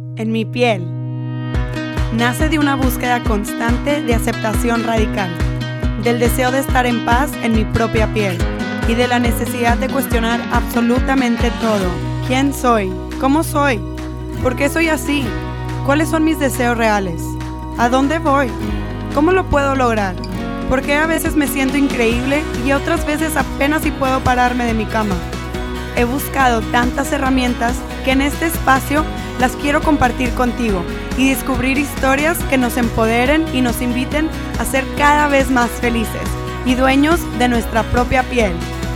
en mi piel. Nace de una búsqueda constante de aceptación radical, del deseo de estar en paz en mi propia piel y de la necesidad de cuestionar absolutamente todo. ¿Quién soy? ¿Cómo soy? ¿Por qué soy así? ¿Cuáles son mis deseos reales? ¿A dónde voy? ¿Cómo lo puedo lograr? ¿Por qué a veces me siento increíble y otras veces apenas si puedo pararme de mi cama? He buscado tantas herramientas que en este espacio las quiero compartir contigo y descubrir historias que nos empoderen y nos inviten a ser cada vez más felices y dueños de nuestra propia piel.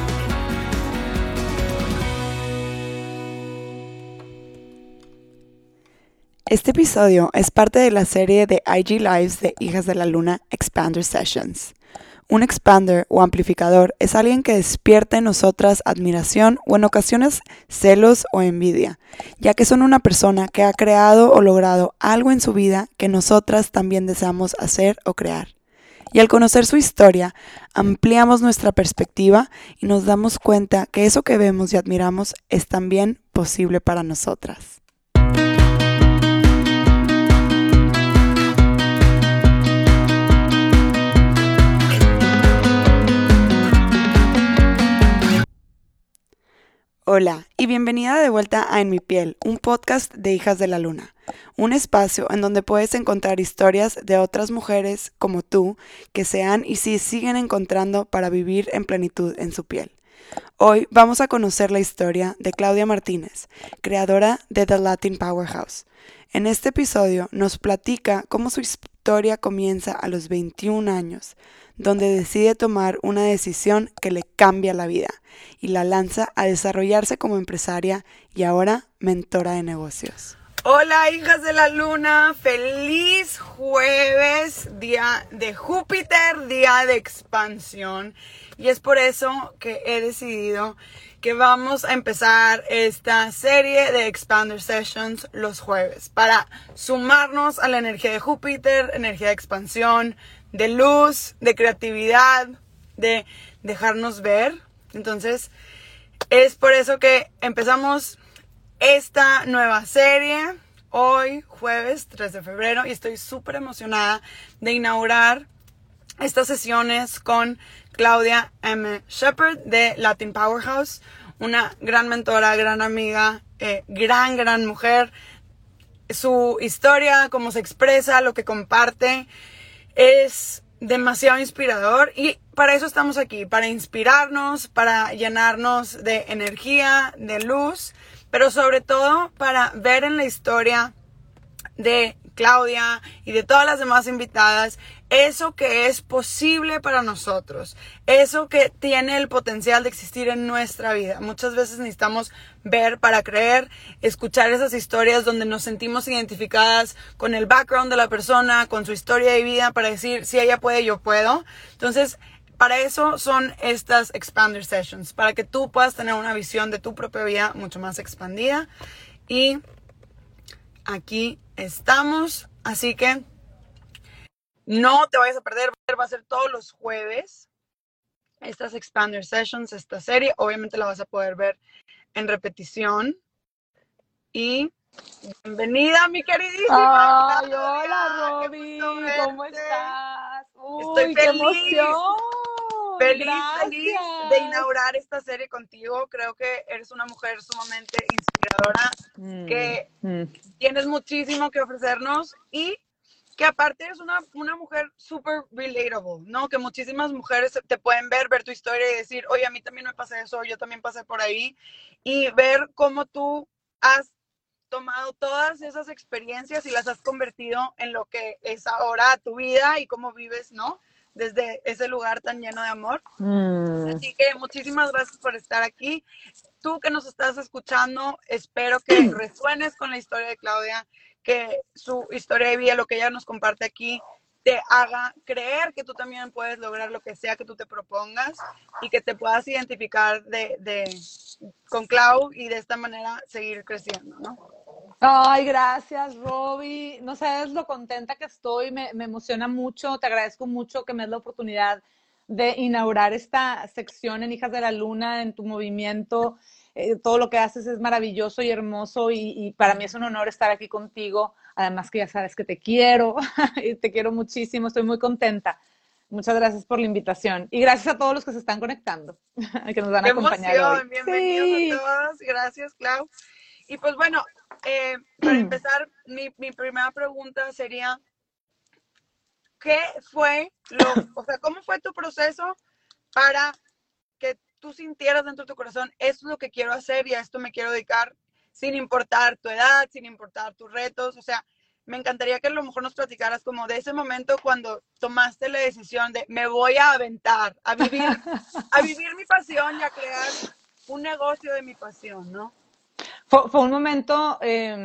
Este episodio es parte de la serie de IG Lives de Hijas de la Luna Expander Sessions. Un expander o amplificador es alguien que despierta en nosotras admiración o en ocasiones celos o envidia, ya que son una persona que ha creado o logrado algo en su vida que nosotras también deseamos hacer o crear. Y al conocer su historia, ampliamos nuestra perspectiva y nos damos cuenta que eso que vemos y admiramos es también posible para nosotras. Hola y bienvenida de vuelta a En mi piel, un podcast de Hijas de la Luna, un espacio en donde puedes encontrar historias de otras mujeres como tú que se han y sí siguen encontrando para vivir en plenitud en su piel. Hoy vamos a conocer la historia de Claudia Martínez, creadora de The Latin Powerhouse. En este episodio nos platica cómo su historia comienza a los 21 años, donde decide tomar una decisión que le cambia la vida y la lanza a desarrollarse como empresaria y ahora mentora de negocios. Hola, hijas de la luna, feliz jueves, día de Júpiter, día de expansión, y es por eso que he decidido que vamos a empezar esta serie de Expander Sessions los jueves para sumarnos a la energía de Júpiter, energía de expansión, de luz, de creatividad, de dejarnos ver. Entonces, es por eso que empezamos esta nueva serie hoy, jueves 3 de febrero, y estoy súper emocionada de inaugurar estas sesiones con Claudia M. Shepard de Latin Powerhouse, una gran mentora, gran amiga, gran mujer. Su historia, cómo se expresa, lo que comparte, es demasiado inspirador y para eso estamos aquí, para inspirarnos, para llenarnos de energía, de luz, pero sobre todo para ver en la historia de Claudia y de todas las demás invitadas eso que es posible para nosotros, eso que tiene el potencial de existir en nuestra vida. Muchas veces necesitamos ver para creer, escuchar esas historias donde nos sentimos identificadas con el background de la persona, con su historia de vida, para decir, si ella puede, yo puedo. Entonces, para eso son estas Expander Sessions, para que tú puedas tener una visión de tu propia vida mucho más expandida. Y aquí estamos, así que no te vayas a perder, va a ser todos los jueves estas Expander Sessions, esta serie, obviamente la vas a poder ver en repetición. Y bienvenida, mi queridísima Ay, Claudia. hola, Roby, ¿cómo estás? Estoy Uy, qué emoción. feliz de Gracias. inaugurar esta serie contigo. Creo que eres una mujer sumamente inspiradora, que tienes muchísimo que ofrecernos y que aparte es una mujer súper relatable, ¿no? Que muchísimas mujeres te pueden ver tu historia y decir, oye, a mí también me pasa eso, yo también pasé por ahí, y ver cómo tú has tomado todas esas experiencias y las has convertido en lo que es ahora tu vida y cómo vives, ¿no? Desde ese lugar tan lleno de amor. Así que muchísimas gracias por estar aquí. Tú que nos estás escuchando, espero que resuenes con la historia de Claudia, que su historia de vida, lo que ella nos comparte aquí, te haga creer que tú también puedes lograr lo que sea que tú te propongas y que te puedas identificar con Clau y de esta manera seguir creciendo, ¿no? Ay, gracias, Roby. No sabes lo contenta que estoy, me emociona mucho, te agradezco mucho que me des la oportunidad de inaugurar esta sección en Hijas de la Luna, en tu movimiento. todo lo que haces es maravilloso y hermoso y para mí es un honor estar aquí contigo. Además que ya sabes que te quiero y te quiero muchísimo, estoy muy contenta. Muchas gracias por la invitación y gracias a todos los que se están conectando, que nos van a ¡Qué acompañar hoy. emoción! Bienvenidos a Sí. todos. Gracias, Clau. Y pues bueno, para empezar, mi primera pregunta sería, ¿qué fue o sea, cómo fue tu proceso para que tú sintieras dentro de tu corazón, esto es lo que quiero hacer y a esto me quiero dedicar, sin importar tu edad, sin importar tus retos? O sea, me encantaría que a lo mejor nos platicaras como de ese momento cuando tomaste la decisión de me voy a aventar, a vivir mi pasión y a crear un negocio de mi pasión, ¿no? Fue un momento,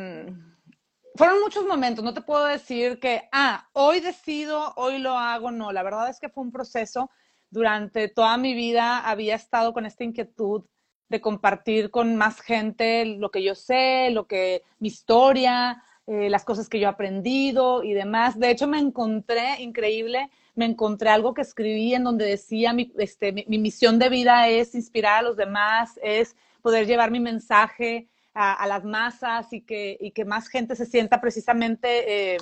fueron muchos momentos, no te puedo decir que, hoy decido, hoy lo hago, no, la verdad es que fue un proceso. Durante toda mi vida había estado con esta inquietud de compartir con más gente lo que yo sé, mi historia, las cosas que yo he aprendido y demás. De hecho, me encontré increíble, me encontré algo que escribí en donde decía mi misión de vida es inspirar a los demás, es poder llevar mi mensaje a las masas y que más gente se sienta precisamente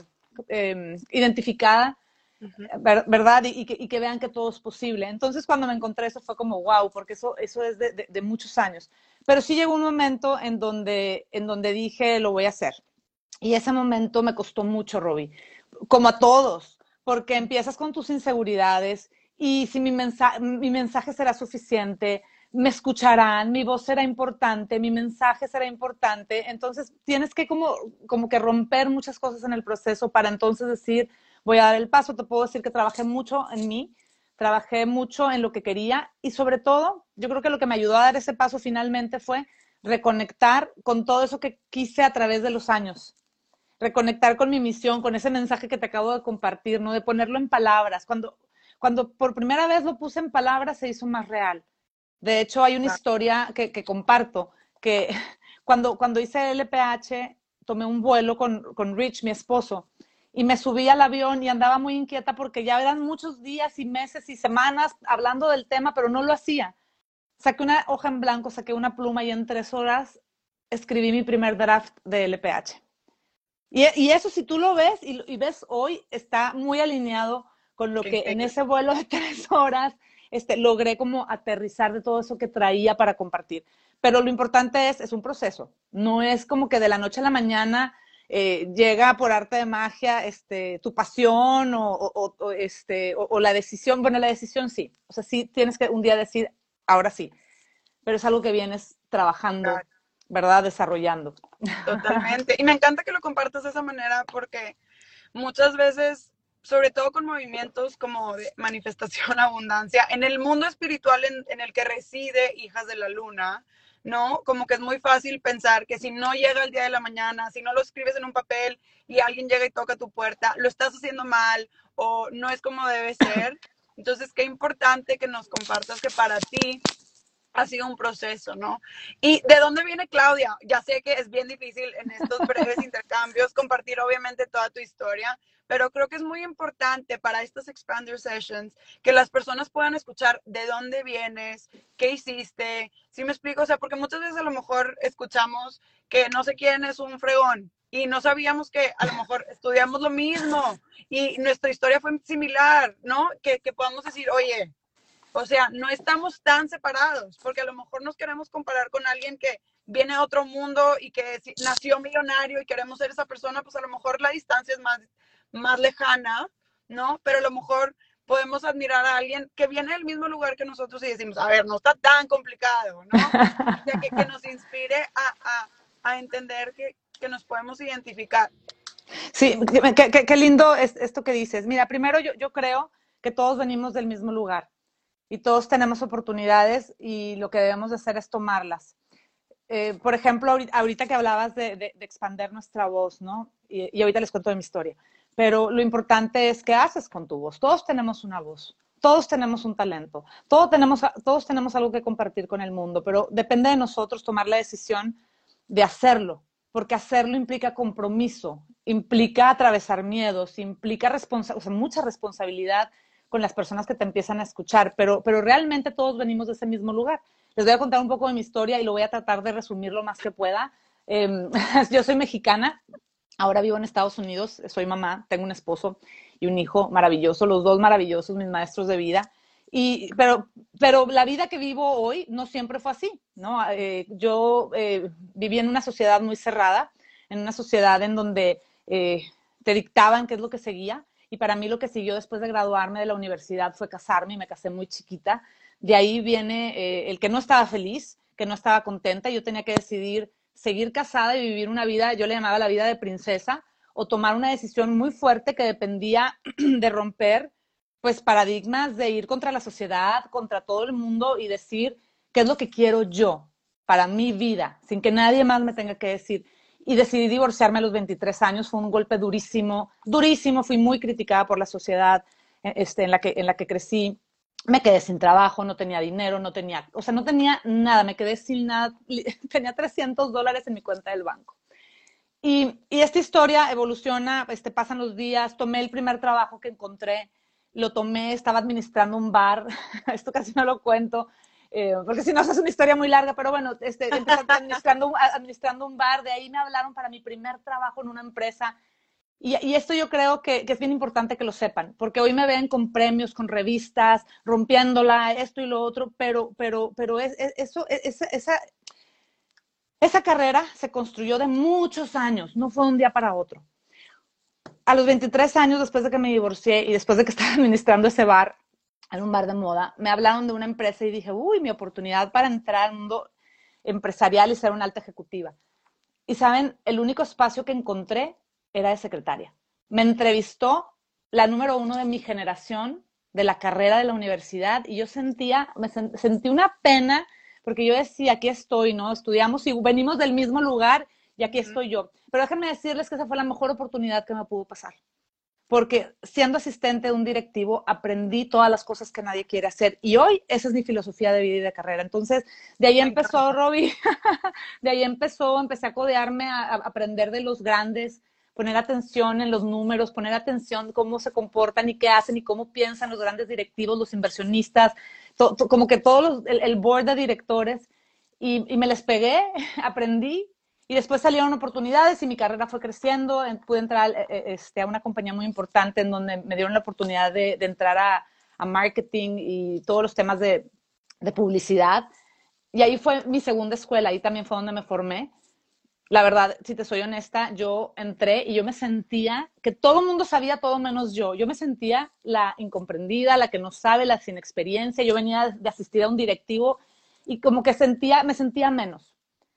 identificada, Uh-huh. ¿verdad? Y que vean que todo es posible. Entonces, cuando me encontré eso fue como, wow, porque eso es de muchos años. Pero sí llegó un momento en donde dije, lo voy a hacer. Y ese momento me costó mucho, Robbie, como a todos, porque empiezas con tus inseguridades y si mi mensaje será suficiente, me escucharán, mi voz será importante, mi mensaje será importante. Entonces tienes que como que romper muchas cosas en el proceso para entonces decir, voy a dar el paso. Te puedo decir que trabajé mucho en mí, trabajé mucho en lo que quería y sobre todo, yo creo que lo que me ayudó a dar ese paso finalmente fue reconectar con todo eso que quise a través de los años, reconectar con mi misión, con ese mensaje que te acabo de compartir, ¿no? De ponerlo en palabras. Cuando por primera vez lo puse en palabras se hizo más real. De hecho, hay una historia que comparto, que cuando hice LPH, tomé un vuelo con Rich, mi esposo, y me subí al avión y andaba muy inquieta porque ya eran muchos días y meses y semanas hablando del tema, pero no lo hacía. Saqué una hoja en blanco, saqué una pluma y en 3 horas escribí mi primer draft de LPH. Y eso, si tú lo ves y ves hoy, está muy alineado con lo Qué que en increíble. ese vuelo de 3 horas logré como aterrizar de todo eso que traía para compartir. Pero lo importante es un proceso. No es como que de la noche a la mañana llega por arte de magia tu pasión o la decisión. Bueno, la decisión sí. O sea, sí tienes que un día decir, ahora sí. Pero es algo que vienes trabajando, ¿verdad? Desarrollando. Totalmente. Y me encanta que lo compartas de esa manera porque muchas veces, sobre todo con movimientos como de manifestación, abundancia, en el mundo espiritual en el que reside Hijas de la Luna, ¿no? Como que es muy fácil pensar que si no llega el día de la mañana, si no lo escribes en un papel y alguien llega y toca tu puerta, lo estás haciendo mal o no es como debe ser. Entonces, qué importante que nos compartas que para ti ha sido un proceso, ¿no? ¿Y de dónde viene Claudia? Ya sé que es bien difícil en estos breves intercambios compartir obviamente toda tu historia, pero creo que es muy importante para estas Expander Sessions que las personas puedan escuchar de dónde vienes, qué hiciste, ¿sí me explico? O sea, porque muchas veces a lo mejor escuchamos que no sé quién es un fregón y no sabíamos que a lo mejor estudiamos lo mismo y nuestra historia fue similar, ¿no? Que podamos decir, oye, o sea, no estamos tan separados, porque a lo mejor nos queremos comparar con alguien que viene a otro mundo y que nació millonario y queremos ser esa persona, pues a lo mejor la distancia es más lejana, ¿no? Pero a lo mejor podemos admirar a alguien que viene del mismo lugar que nosotros y decimos, a ver, no está tan complicado, ¿no? O sea, que nos inspire a entender que nos podemos identificar. Sí, qué lindo es esto que dices. Mira, primero yo creo que todos venimos del mismo lugar y todos tenemos oportunidades y lo que debemos de hacer es tomarlas. Por ejemplo, ahorita que hablabas de expander nuestra voz, ¿no? Y ahorita les cuento de mi historia. Pero lo importante es qué haces con tu voz. Todos tenemos una voz, todos tenemos un talento, todos tenemos algo que compartir con el mundo, pero depende de nosotros tomar la decisión de hacerlo, porque hacerlo implica compromiso, implica atravesar miedos, implica o sea, mucha responsabilidad con las personas que te empiezan a escuchar, pero realmente todos venimos de ese mismo lugar. Les voy a contar un poco de mi historia y lo voy a tratar de resumir lo más que pueda. Yo soy mexicana, ahora vivo en Estados Unidos, soy mamá, tengo un esposo y un hijo maravilloso, los dos maravillosos, mis maestros de vida. Pero la vida que vivo hoy no siempre fue así, ¿no? Yo viví en una sociedad muy cerrada, en una sociedad en donde te dictaban qué es lo que seguía, y para mí lo que siguió después de graduarme de la universidad fue casarme, y me casé muy chiquita. De ahí viene el que no estaba feliz, que no estaba contenta, y yo tenía que decidir seguir casada y vivir una vida, yo le llamaba la vida de princesa, o tomar una decisión muy fuerte que dependía de romper pues paradigmas, de ir contra la sociedad, contra todo el mundo y decir qué es lo que quiero yo para mi vida, sin que nadie más me tenga que decir. Y decidí divorciarme a los 23 años, fue un golpe durísimo, durísimo, fui muy criticada por la sociedad en la que crecí. Me quedé sin trabajo, no tenía dinero, no tenía nada, me quedé sin nada, tenía $300 en mi cuenta del banco. Y esta historia evoluciona, pasan los días, tomé el primer trabajo que encontré, lo tomé, estaba administrando un bar, esto casi no lo cuento, porque si no, es una historia muy larga, pero bueno, empecé administrando un bar, de ahí me hablaron para mi primer trabajo en una empresa, y esto yo creo que es bien importante que lo sepan, porque hoy me ven con premios, con revistas, rompiéndola, esto y lo otro, pero esa carrera se construyó de muchos años, no fue un día para otro. A los 23 años, después de que me divorcié y después de que estaba administrando ese bar, en un bar de moda, me hablaron de una empresa y dije, uy, mi oportunidad para entrar al mundo empresarial y ser una alta ejecutiva. Y saben, el único espacio que encontré era de secretaria. Me entrevistó la número 1 de mi generación, de la carrera de la universidad, y yo sentí una pena, porque yo decía, aquí estoy, ¿no? Estudiamos y venimos del mismo lugar y aquí estoy yo. Pero déjenme decirles que esa fue la mejor oportunidad que me pudo pasar, porque siendo asistente de un directivo aprendí todas las cosas que nadie quiere hacer, y hoy esa es mi filosofía de vida y de carrera. Entonces, de ahí empezó, Robbie, empecé a codearme, a aprender de los grandes, poner atención en los números, poner atención cómo se comportan y qué hacen y cómo piensan los grandes directivos, los inversionistas, como que el board de directores, y me les pegué, aprendí, y después salieron oportunidades y mi carrera fue creciendo. Pude entrar a una compañía muy importante en donde me dieron la oportunidad de entrar a marketing y todos los temas de publicidad. Y ahí fue mi segunda escuela, ahí también fue donde me formé. La verdad, si te soy honesta, yo entré y yo me sentía que todo el mundo sabía todo menos yo. Yo me sentía la incomprendida, la que no sabe, la sin experiencia. Yo venía de asistir a un directivo y como que me sentía menos.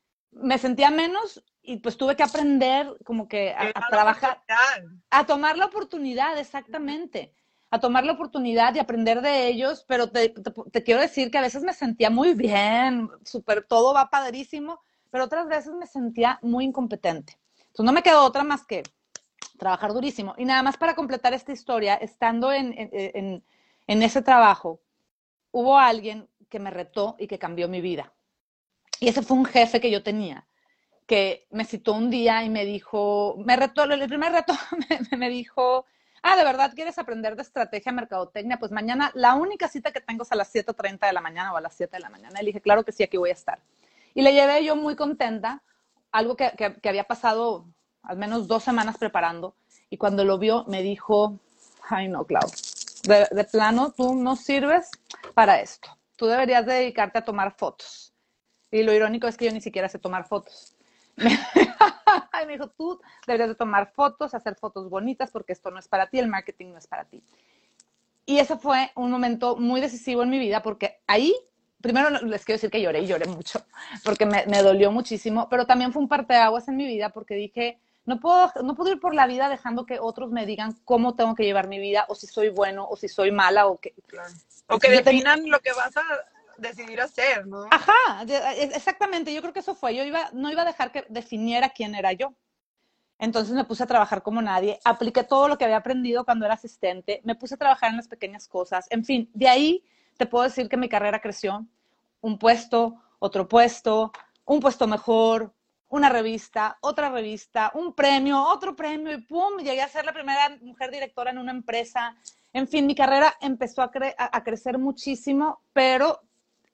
Y pues tuve que aprender como que a trabajar, a tomar la oportunidad, exactamente, a tomar la oportunidad y aprender de ellos, pero te quiero decir que a veces me sentía muy bien, súper, todo va padrísimo, pero otras veces me sentía muy incompetente. Entonces no me quedó otra más que trabajar durísimo. Y nada más para completar esta historia, estando en ese trabajo, hubo alguien que me retó y que cambió mi vida. Y ese fue un jefe que yo tenía, que me citó un día y me dijo, me retó, el primer reto me dijo, ¿de verdad quieres aprender de estrategia, mercadotecnia? Pues mañana la única cita que tengo es a las 7:30 de la mañana o a las 7 de la mañana. Y le dije, claro que sí, aquí voy a estar. Y le llevé yo muy contenta, algo que había pasado al menos 2 semanas preparando. Y cuando lo vio me dijo, ay no, Clau, de plano tú no sirves para esto. Tú deberías dedicarte a tomar fotos. Y lo irónico es que yo ni siquiera sé tomar fotos. Y me dijo, tú deberías de tomar fotos, hacer fotos bonitas, porque esto no es para ti, el marketing no es para ti. Y ese fue un momento muy decisivo en mi vida, porque ahí, primero les quiero decir que lloré, y lloré mucho, porque me dolió muchísimo, pero también fue un parteaguas en mi vida, porque dije, no puedo ir por la vida dejando que otros me digan cómo tengo que llevar mi vida, o si soy bueno, o si soy mala, o que... Claro. O que definan lo que vas a decidir hacer, ¿no? Ajá, exactamente, yo creo que eso fue. No iba a dejar que definiera quién era yo. Entonces me puse a trabajar como nadie, apliqué todo lo que había aprendido cuando era asistente, me puse a trabajar en las pequeñas cosas. En fin, de ahí te puedo decir que mi carrera creció. Un puesto, otro puesto, un puesto mejor, una revista, otra revista, un premio, otro premio, y pum, llegué a ser la primera mujer directora en una empresa. En fin, mi carrera empezó a crecer muchísimo, pero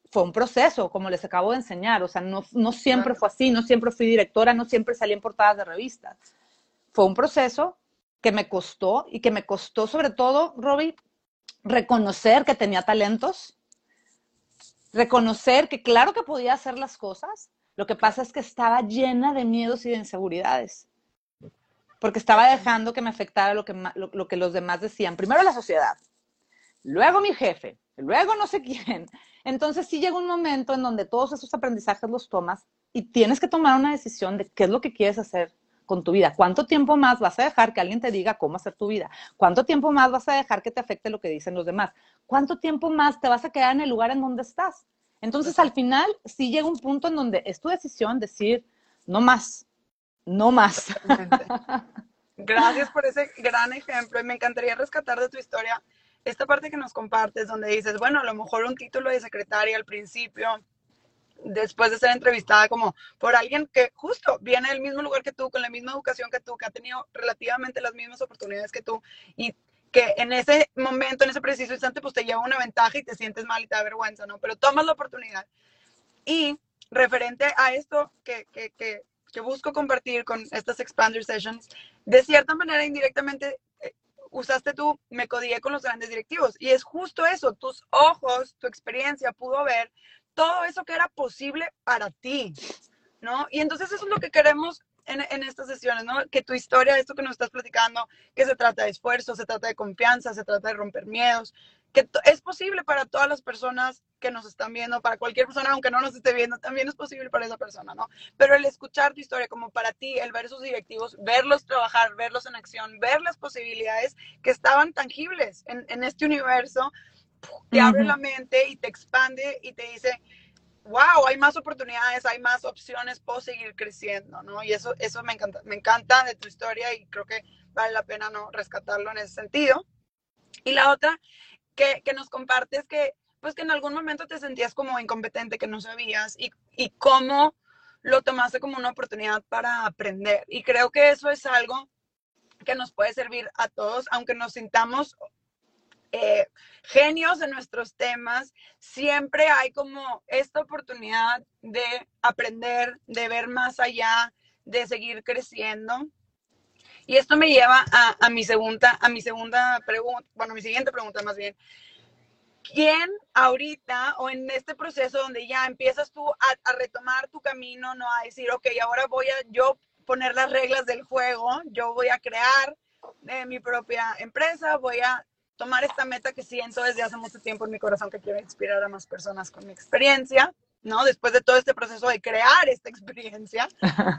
fue un proceso, como les acabo de enseñar, o sea, no siempre Claro. fue así, no siempre fui directora, no siempre salí en portadas de revistas. Fue un proceso que me costó y que me costó sobre todo, Robbie, reconocer que tenía talentos, reconocer que claro que podía hacer las cosas, lo que pasa es que estaba llena de miedos y de inseguridades, porque estaba dejando que me afectara lo que los demás decían. Primero la sociedad, luego mi jefe, luego no sé quién. Entonces sí llega un momento en donde todos esos aprendizajes los tomas y tienes que tomar una decisión de qué es lo que quieres hacer con tu vida. ¿Cuánto tiempo más vas a dejar que alguien te diga cómo hacer tu vida? ¿Cuánto tiempo más vas a dejar que te afecte lo que dicen los demás? ¿Cuánto tiempo más te vas a quedar en el lugar en donde estás? Entonces al final sí llega un punto en donde es tu decisión decir, no más, no más. Totalmente. Gracias por ese gran ejemplo y me encantaría rescatar de tu historia esta parte que nos compartes donde dices, bueno, a lo mejor un título de secretaria al principio, después de ser entrevistada como por alguien que justo viene del mismo lugar que tú, con la misma educación que tú, que ha tenido relativamente las mismas oportunidades que tú y que en ese momento, en ese preciso instante, pues te lleva una ventaja y te sientes mal y te da vergüenza, ¿no? Pero tomas la oportunidad. Y referente a esto que busco compartir con estas Expander Sessions, de cierta manera indirectamente usaste tú, me codié con los grandes directivos. Y es justo eso, tus ojos, tu experiencia pudo ver todo eso que era posible para ti, ¿no? Y entonces eso es lo que queremos en estas sesiones, ¿no? Que tu historia, esto que nos estás platicando, que se trata de esfuerzo, se trata de confianza, se trata de romper miedos, que es posible para todas las personas que nos están viendo, para cualquier persona, aunque no nos esté viendo, también es posible para esa persona, ¿no? Pero el escuchar tu historia como para ti, el ver esos directivos, verlos trabajar, verlos en acción, ver las posibilidades que estaban tangibles en este universo, te abre la mente y te expande y te dice, wow, hay más oportunidades, hay más opciones, puedo seguir creciendo, ¿no? Y eso me encanta de tu historia y creo que vale la pena, ¿no?, rescatarlo en ese sentido. Y la otra que nos compartes que, pues que en algún momento te sentías como incompetente, que no sabías y cómo lo tomaste como una oportunidad para aprender. Y creo que eso es algo que nos puede servir a todos, aunque nos sintamos genios de nuestros temas, siempre hay como esta oportunidad de aprender, de ver más allá, de seguir creciendo. Y esto me lleva a mi segunda pregunta, bueno, mi siguiente pregunta más bien. ¿Quién ahorita o en este proceso donde ya empiezas tú a retomar tu camino, no a decir, ok, ahora voy a yo poner las reglas del juego, yo voy a crear mi propia empresa, voy a tomar esta meta que siento desde hace mucho tiempo en mi corazón, que quiero inspirar a más personas con mi experiencia, ¿no? Después de todo este proceso de crear esta experiencia,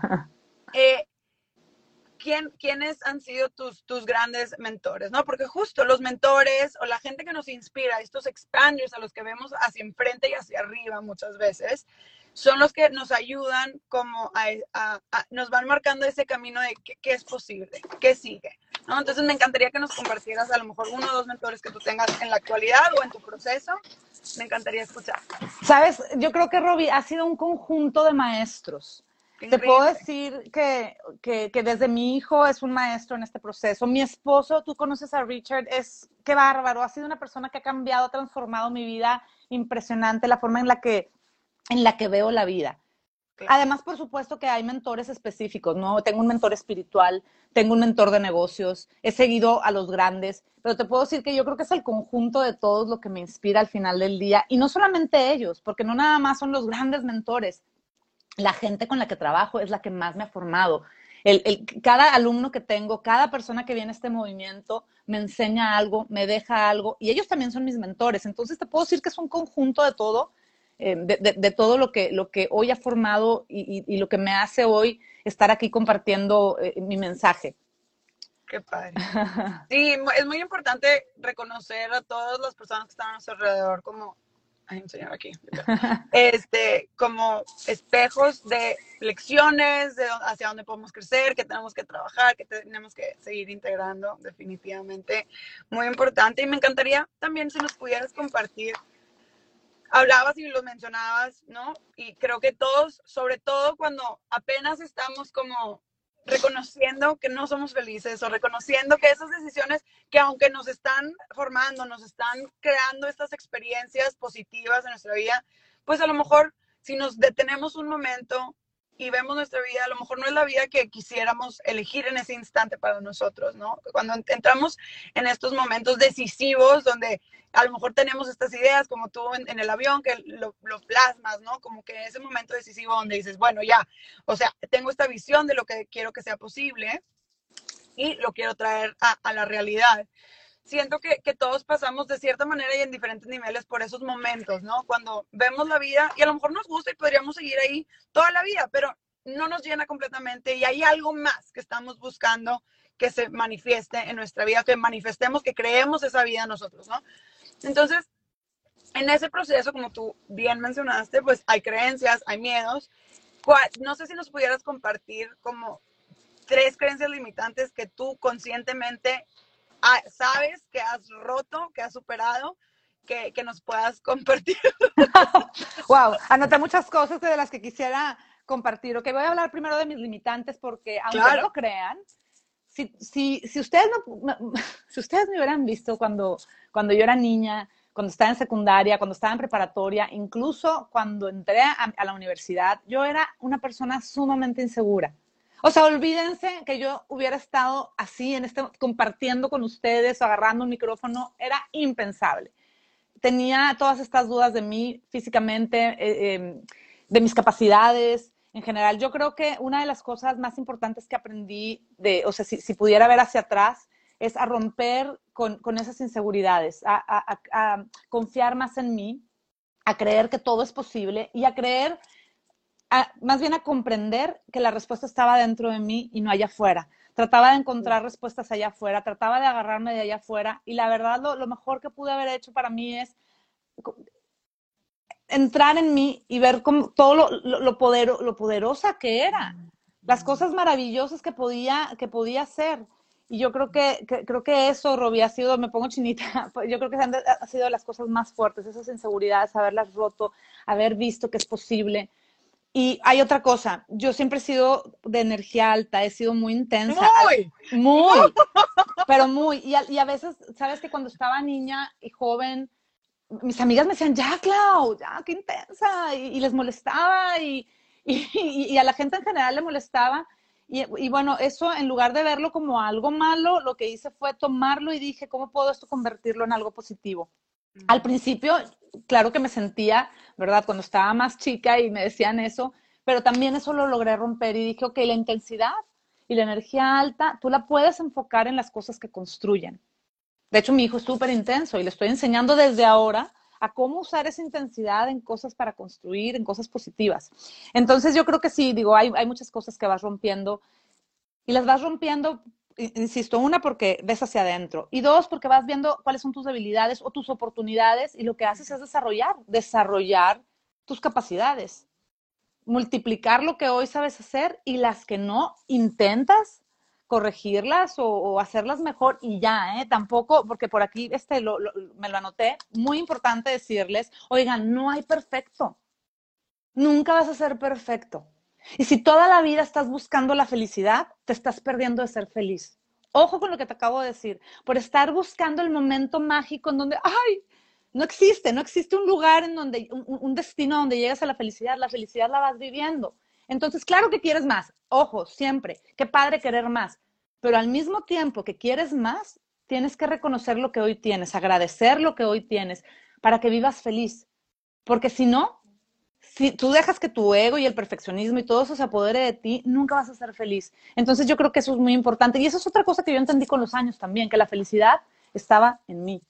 ¿quiénes han sido tus grandes mentores? ¿No? Porque justo los mentores o la gente que nos inspira, estos expanders a los que vemos hacia enfrente y hacia arriba muchas veces, son los que nos ayudan como nos van marcando ese camino de qué es posible, qué sigue, ¿no? Entonces me encantaría que nos compartieras a lo mejor uno o dos mentores que tú tengas en la actualidad o en tu proceso. Me encantaría escuchar. Sabes, yo creo que Robbie ha sido un conjunto de maestros. Te puedo Increíble. decir que desde mi hijo es un maestro en este proceso. Mi esposo, tú conoces a Richard, qué bárbaro. Ha sido una persona que ha cambiado, ha transformado mi vida impresionante, la forma en la que veo la vida. Claro. Además, por supuesto que hay mentores específicos, ¿no? Tengo un mentor espiritual, tengo un mentor de negocios, he seguido a los grandes, pero te puedo decir que yo creo que es el conjunto de todos lo que me inspira al final del día. Y no solamente ellos, porque no nada más son los grandes mentores. La gente con la que trabajo es la que más me ha formado. Cada alumno que tengo, cada persona que viene a este movimiento me enseña algo, me deja algo, y ellos también son mis mentores. Entonces te puedo decir que es un conjunto de todo, de todo lo que hoy ha formado y lo que me hace hoy estar aquí compartiendo mi mensaje. Qué padre. Sí, es muy importante reconocer a todas las personas que están a nuestro alrededor como, ay, un señor aquí, como espejos de lecciones, de hacia dónde podemos crecer, que tenemos que trabajar, que tenemos que seguir integrando, definitivamente muy importante. Y me encantaría también si nos pudieras compartir, hablabas y lo mencionabas, ¿no? Y creo que todos, sobre todo cuando apenas estamos como reconociendo que no somos felices o reconociendo que esas decisiones que aunque nos están formando, nos están creando estas experiencias positivas en nuestra vida, pues a lo mejor si nos detenemos un momento y vemos nuestra vida, a lo mejor no es la vida que quisiéramos elegir en ese instante para nosotros, ¿no? Cuando entramos en estos momentos decisivos donde a lo mejor tenemos estas ideas como tú en el avión que lo plasmas, ¿no? Como que ese momento decisivo donde dices, bueno, ya, o sea, tengo esta visión de lo que quiero que sea posible y lo quiero traer a la realidad. Siento que todos pasamos de cierta manera y en diferentes niveles por esos momentos, ¿no? Cuando vemos la vida y a lo mejor nos gusta y podríamos seguir ahí toda la vida, pero no nos llena completamente y hay algo más que estamos buscando que se manifieste en nuestra vida, que manifestemos, que creemos esa vida nosotros, ¿no? Entonces, en ese proceso, como tú bien mencionaste, pues hay creencias, hay miedos. No sé si nos pudieras compartir como 3 creencias limitantes que tú conscientemente sabes que has roto, que has superado, que nos puedas compartir. Wow, anoté muchas cosas de las que quisiera compartir. Ok, voy a hablar primero de mis limitantes porque, aunque no lo crean, si ustedes si ustedes me hubieran visto cuando yo era niña, cuando estaba en secundaria, cuando estaba en preparatoria, incluso cuando entré a la universidad, yo era una persona sumamente insegura. O sea, olvídense que yo hubiera estado así, compartiendo con ustedes o agarrando un micrófono, era impensable. Tenía todas estas dudas de mí físicamente, de mis capacidades. En general, yo creo que una de las cosas más importantes que aprendí, o sea, si pudiera ver hacia atrás, es a romper con esas inseguridades, a confiar más en mí, a creer que todo es posible y a creer, más bien a comprender que la respuesta estaba dentro de mí y no allá afuera. Trataba de encontrar respuestas allá afuera, trataba de agarrarme de allá afuera y la verdad lo mejor que pude haber hecho para mí es entrar en mí y ver como todo lo poderosa que era, las cosas maravillosas que podía hacer. Y yo creo que eso, Robbie, ha sido, me pongo chinita, yo creo que ha sido las cosas más fuertes, esas inseguridades, haberlas roto, haber visto que es posible. Y hay otra cosa, yo siempre he sido de energía alta, he sido muy intensa. Muy, pero muy. Y a veces, ¿sabes que cuando estaba niña y joven, mis amigas me decían, ya, Clau, ya, qué intensa, y les molestaba, y a la gente en general le molestaba, y bueno, eso en lugar de verlo como algo malo, lo que hice fue tomarlo y dije, ¿cómo puedo esto convertirlo en algo positivo? Al principio, claro que me sentía, ¿verdad? Cuando estaba más chica y me decían eso, pero también eso lo logré romper y dije, ok, la intensidad y la energía alta, tú la puedes enfocar en las cosas que construyen. De hecho, mi hijo es súper intenso y le estoy enseñando desde ahora a cómo usar esa intensidad en cosas para construir, en cosas positivas. Entonces, yo creo que sí, digo, hay muchas cosas que vas rompiendo y las vas rompiendo, insisto, una, porque ves hacia adentro y dos, porque vas viendo cuáles son tus debilidades o tus oportunidades y lo que haces es desarrollar tus capacidades, multiplicar lo que hoy sabes hacer y las que no, intentas corregirlas o hacerlas mejor y ya, tampoco, porque por aquí me lo anoté, muy importante decirles, oigan, no hay perfecto, nunca vas a ser perfecto. Y si toda la vida estás buscando la felicidad, te estás perdiendo de ser feliz. Ojo con lo que te acabo de decir, por estar buscando el momento mágico en donde, ay, no existe un lugar en donde, un destino donde llegas a la felicidad la vas viviendo. Entonces, claro que quieres más, ojo, siempre, qué padre querer más, pero al mismo tiempo que quieres más, tienes que reconocer lo que hoy tienes, agradecer lo que hoy tienes, para que vivas feliz, porque si no, si tú dejas que tu ego y el perfeccionismo y todo eso se apodere de ti, nunca vas a ser feliz. Entonces yo creo que eso es muy importante. Y eso es otra cosa que yo entendí con los años también, que la felicidad estaba en mí,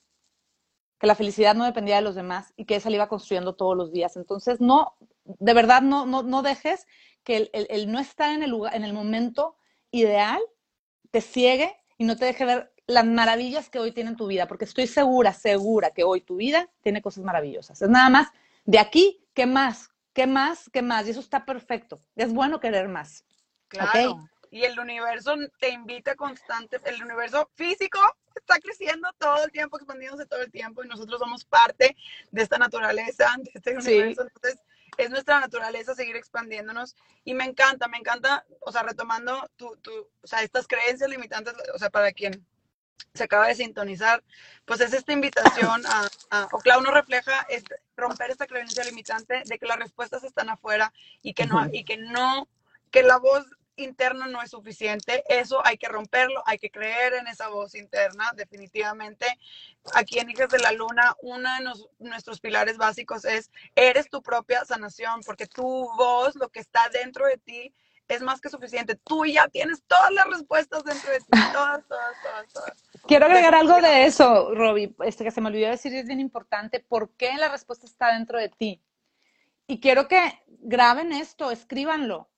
que la felicidad no dependía de los demás y que esa la iba construyendo todos los días. Entonces no, de verdad no dejes que el no estar en el lugar, en el momento ideal te ciegue y no te deje ver las maravillas que hoy tiene tu vida, porque estoy segura que hoy tu vida tiene cosas maravillosas. Es nada más de aquí, ¿qué más? ¿Qué más? ¿Qué más? Y eso está perfecto. Es bueno querer más. Claro. ¿Okay? Y el universo te invita constante, el universo físico está creciendo todo el tiempo, expandiéndose todo el tiempo y nosotros somos parte de esta naturaleza, de este universo. Entonces, es nuestra naturaleza seguir expandiéndonos y me encanta, o sea, retomando o sea, estas creencias limitantes, o sea, para quien se acaba de sintonizar, pues es esta invitación o Clau nos refleja romper esta creencia limitante de que las respuestas están afuera y que no, que la voz interna no es suficiente. Eso hay que romperlo, hay que creer en esa voz interna, definitivamente. Aquí en Hijas de la Luna, uno de nuestros pilares básicos es, eres tu propia sanación, porque tu voz, lo que está dentro de ti, es más que suficiente. Tú ya tienes todas las respuestas dentro de ti, todas, todas, todas, todas. Quiero agregar algo de eso, Robbie, que se me olvidó decir, es bien importante. ¿Por qué la respuesta está dentro de ti? Y quiero que graben esto, escríbanlo.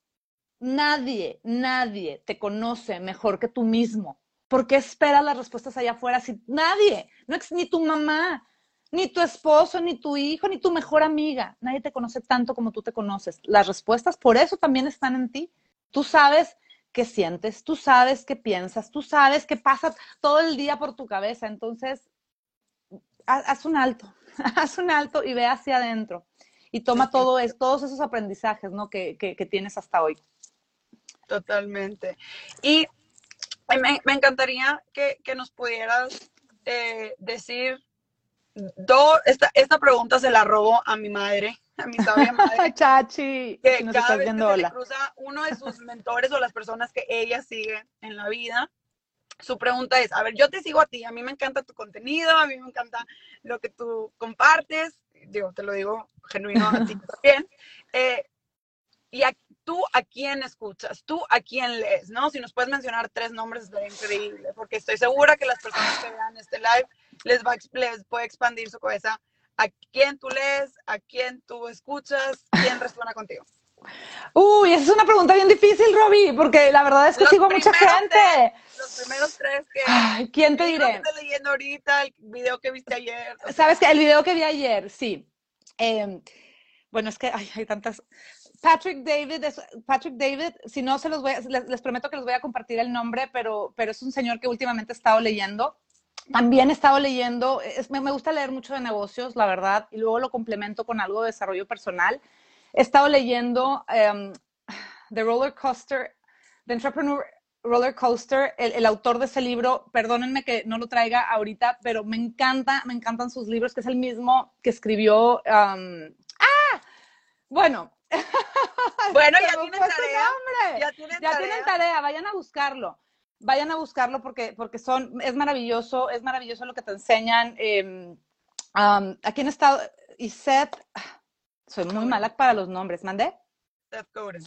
Nadie te conoce mejor que tú mismo. ¿Por qué esperas las respuestas allá afuera? Si nadie, no es ni tu mamá, ni tu esposo, ni tu hijo, ni tu mejor amiga. Nadie te conoce tanto como tú te conoces. Las respuestas por eso también están en ti. Tú sabes qué sientes, tú sabes qué piensas, tú sabes qué pasa todo el día por tu cabeza. Entonces, haz un alto, haz un alto y ve hacia adentro. Y toma todos esos aprendizajes, ¿no? que tienes hasta hoy. Totalmente. Y me encantaría que nos pudieras decir, esta pregunta se la robo a mi madre, a mi sabia madre. Chachi, Que si nos cada estás vez viendo, que se le hola. cruza uno de sus mentores o las personas que ella sigue en la vida, su pregunta es, a ver, yo te sigo a ti, a mí me encanta tu contenido, a mí me encanta lo que tú compartes, digo, te lo digo genuino a ti también, y tú a quién escuchas, tú a quién lees, ¿no? Si nos puedes mencionar 3 nombres estaría increíble, porque estoy segura que las personas que vean este live les puede expandir su cabeza a quién tú lees, a quién tú escuchas, quién resuena contigo. Uy, esa es una pregunta bien difícil, Robbie, porque la verdad es que sigo a mucha gente. Los primeros 3 que... Ay, ¿quién te El libro que diré? estás leyendo ahorita, el video que viste ayer. ¿Sabes qué? El video que vi ayer, sí. Bueno, es que hay tantas... Patrick David, si no se los voy les prometo que les voy a compartir el nombre, pero es un señor que últimamente he estado leyendo. También he estado leyendo, me gusta leer mucho de negocios, la verdad, y luego lo complemento con algo de desarrollo personal. He estado leyendo The Roller Coaster, The Entrepreneur Roller Coaster, el autor de ese libro, perdónenme que no lo traiga ahorita, pero me encantan sus libros, que es el mismo que escribió, bueno. Bueno, ya tienen tarea. Ya tienen tarea, vayan a buscarlo. Vayan a buscarlo porque es maravilloso lo que te enseñan. Aquí en estado, y Seth, soy muy mala para los nombres, ¿mandé? Seth Godin.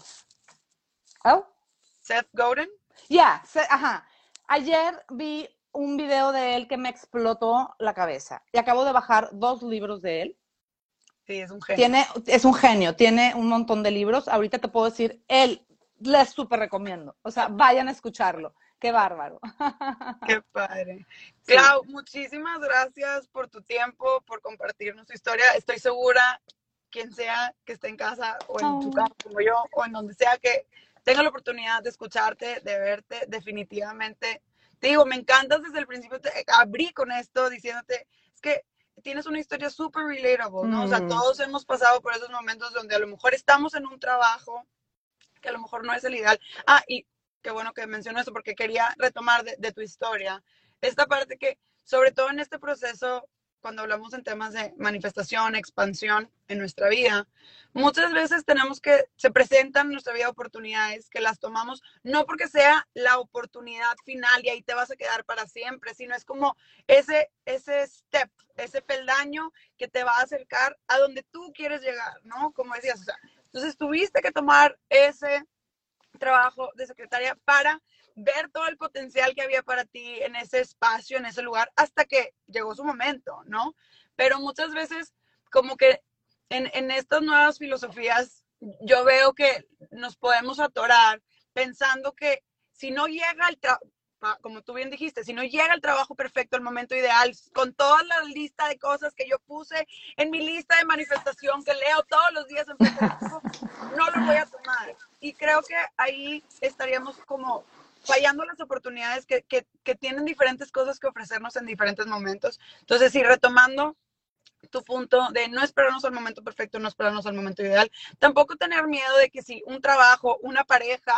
¿Oh? Seth Godin. Ya, ajá. Ayer vi un video de él que me explotó la cabeza y acabo de bajar 2 libros de él. Sí, es un genio. Es un genio, tiene un montón de libros. Ahorita te puedo decir, él les súper recomiendo. O sea, vayan a escucharlo. Qué bárbaro. Qué padre. Sí. Clau, muchísimas gracias por tu tiempo, por compartirnos tu historia. Estoy segura, quien sea que esté en casa o en tu casa como yo, o en donde sea que tenga la oportunidad de escucharte, de verte, definitivamente. Te digo, me encantas desde el principio. Abrí con esto diciéndote, es que tienes una historia súper relatable, ¿no? O sea, todos hemos pasado por esos momentos donde a lo mejor estamos en un trabajo que a lo mejor no es el ideal. Y qué bueno que menciono eso porque quería retomar de tu historia. Esta parte que, sobre todo en este proceso, cuando hablamos en temas de manifestación, expansión en nuestra vida, muchas veces se presentan en nuestra vida oportunidades que las tomamos, no porque sea la oportunidad final y ahí te vas a quedar para siempre, sino es como ese step, ese peldaño que te va a acercar a donde tú quieres llegar, ¿no? Como decías, o sea, entonces tuviste que tomar ese trabajo de secretaria para ver todo el potencial que había para ti en ese espacio, en ese lugar, hasta que llegó su momento, ¿no? Pero muchas veces, como que en estas nuevas filosofías, yo veo que nos podemos atorar pensando que si no llega el trabajo, como tú bien dijiste, si no llega el trabajo perfecto, el momento ideal, con toda la lista de cosas que yo puse en mi lista de manifestación que leo todos los días en Facebook, no lo voy a tomar. Y creo que ahí estaríamos como fallando las oportunidades que tienen diferentes cosas que ofrecernos en diferentes momentos. Entonces, sí, retomando tu punto de no esperarnos al momento perfecto, no esperarnos al momento ideal, tampoco tener miedo de que si un trabajo, una pareja,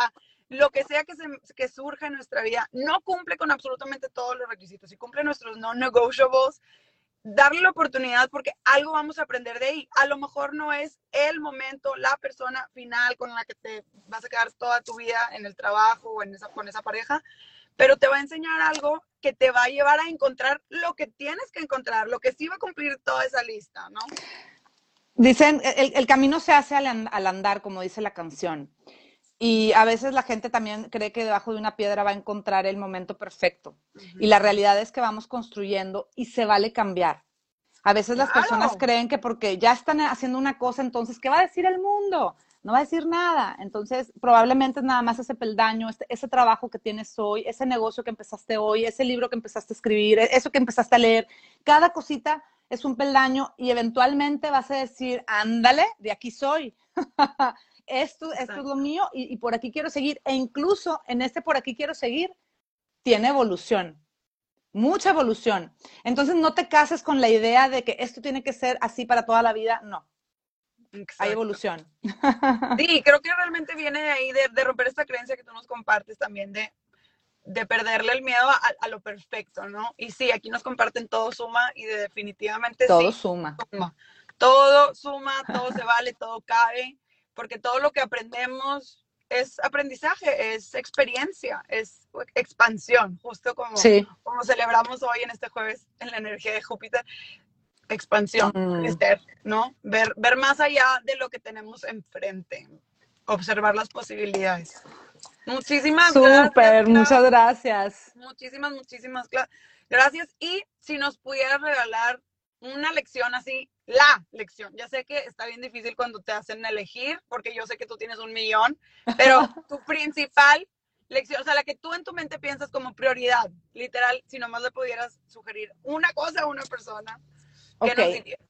lo que sea que surja en nuestra vida, no cumple con absolutamente todos los requisitos y cumple nuestros non-negotiables, darle la oportunidad porque algo vamos a aprender de ahí. A lo mejor no es el momento, la persona final con la que te vas a quedar toda tu vida en el trabajo o con esa pareja, pero te va a enseñar algo que te va a llevar a encontrar lo que tienes que encontrar, lo que sí va a cumplir toda esa lista, ¿no? Dicen, el camino se hace al andar, como dice la canción. Y a veces la gente también cree que debajo de una piedra va a encontrar el momento perfecto. Y la realidad es que vamos construyendo y se vale cambiar. A veces las personas creen que porque ya están haciendo una cosa, entonces, ¿qué va a decir el mundo? No va a decir nada. Entonces, probablemente es nada más ese peldaño, ese trabajo que tienes hoy, ese negocio que empezaste hoy, ese libro que empezaste a escribir, eso que empezaste a leer. Cada cosita es un peldaño y eventualmente vas a decir, ándale, de aquí soy. Esto es lo mío y por aquí quiero seguir. E incluso en por aquí quiero seguir, tiene evolución. Mucha evolución. Entonces no te cases con la idea de que esto tiene que ser así para toda la vida. No. Exacto. Hay evolución. Sí, creo que realmente viene de ahí, de romper esta creencia que tú nos compartes también, de perderle el miedo a lo perfecto, ¿no? Y sí, aquí nos comparten todo suma y definitivamente todo sí. Suma. Todo suma, todo se vale, todo cabe, porque todo lo que aprendemos es aprendizaje, es experiencia, es expansión, justo como celebramos hoy en este jueves en la energía de Júpiter. Expansión, crecer, ¿no? Ver más allá de lo que tenemos enfrente, observar las posibilidades. Muchísimas gracias. Súper, muchas gracias. Muchísimas gracias. Y si nos pudieras regalar una lección así, la lección. Ya sé que está bien difícil cuando te hacen elegir, porque yo sé que tú tienes 1,000,000, pero tu principal lección, o sea, la que tú en tu mente piensas como prioridad, literal, si nomás le pudieras sugerir una cosa a una persona, ¿qué nos dirías?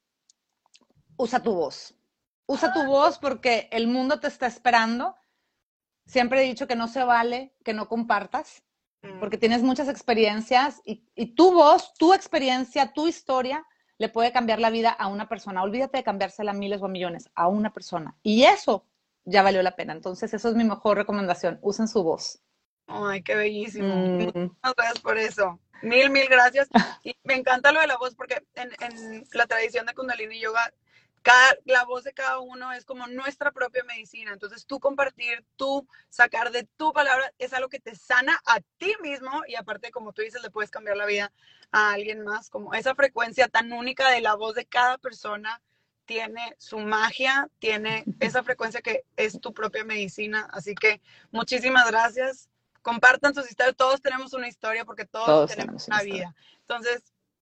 Usa tu voz. Usa tu voz porque el mundo te está esperando. Siempre he dicho que no se vale que no compartas, porque tienes muchas experiencias y tu voz, tu experiencia, tu historia le puede cambiar la vida a una persona. Olvídate de cambiársela a miles o a millones, a una persona. Y eso ya valió la pena. Entonces, eso es mi mejor recomendación. Usen su voz. Ay, qué bellísimo. Muchas gracias por eso. Mil gracias. Y me encanta lo de la voz porque en la tradición de Kundalini Yoga, la voz de cada uno es como nuestra propia medicina. Entonces, tú compartir, tú sacar de tu palabra es algo que te sana a ti mismo y aparte, como tú dices, le puedes cambiar la vida a alguien más. Como esa frecuencia tan única de la voz de cada persona tiene su magia, tiene esa frecuencia que es tu propia medicina. Así que muchísimas gracias. Compartan sus historias. Todos tenemos una historia porque todos tenemos una vida. Entonces,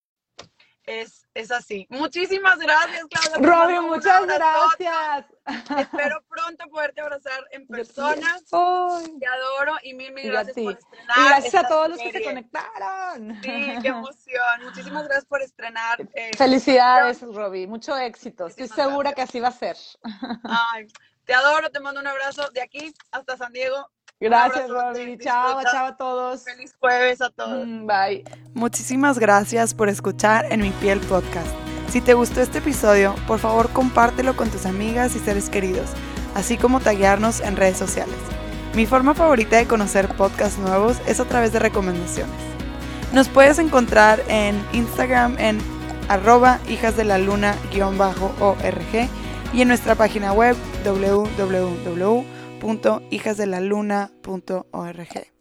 es así. Muchísimas gracias, Claudia. Robbie, muchas gracias. Espero pronto poderte abrazar en persona. Te adoro y mil gracias por estrenar. Y gracias a todos los que se conectaron. Sí, qué emoción. Muchísimas gracias por estrenar. Felicidades, Robbie. Mucho éxito. Estoy segura que así va a ser. Ay, te adoro, te mando un abrazo de aquí hasta San Diego. Gracias, Robbie. Chao a todos. Feliz jueves a todos. Bye. Muchísimas gracias por escuchar En Mi Piel Podcast. Si te gustó este episodio, por favor compártelo con tus amigas y seres queridos, así como taguearnos en redes sociales. Mi forma favorita de conocer podcasts nuevos es a través de recomendaciones. Nos puedes encontrar en Instagram en @hijasdelaluna_org y en nuestra página web www.hijasdelaluna.org.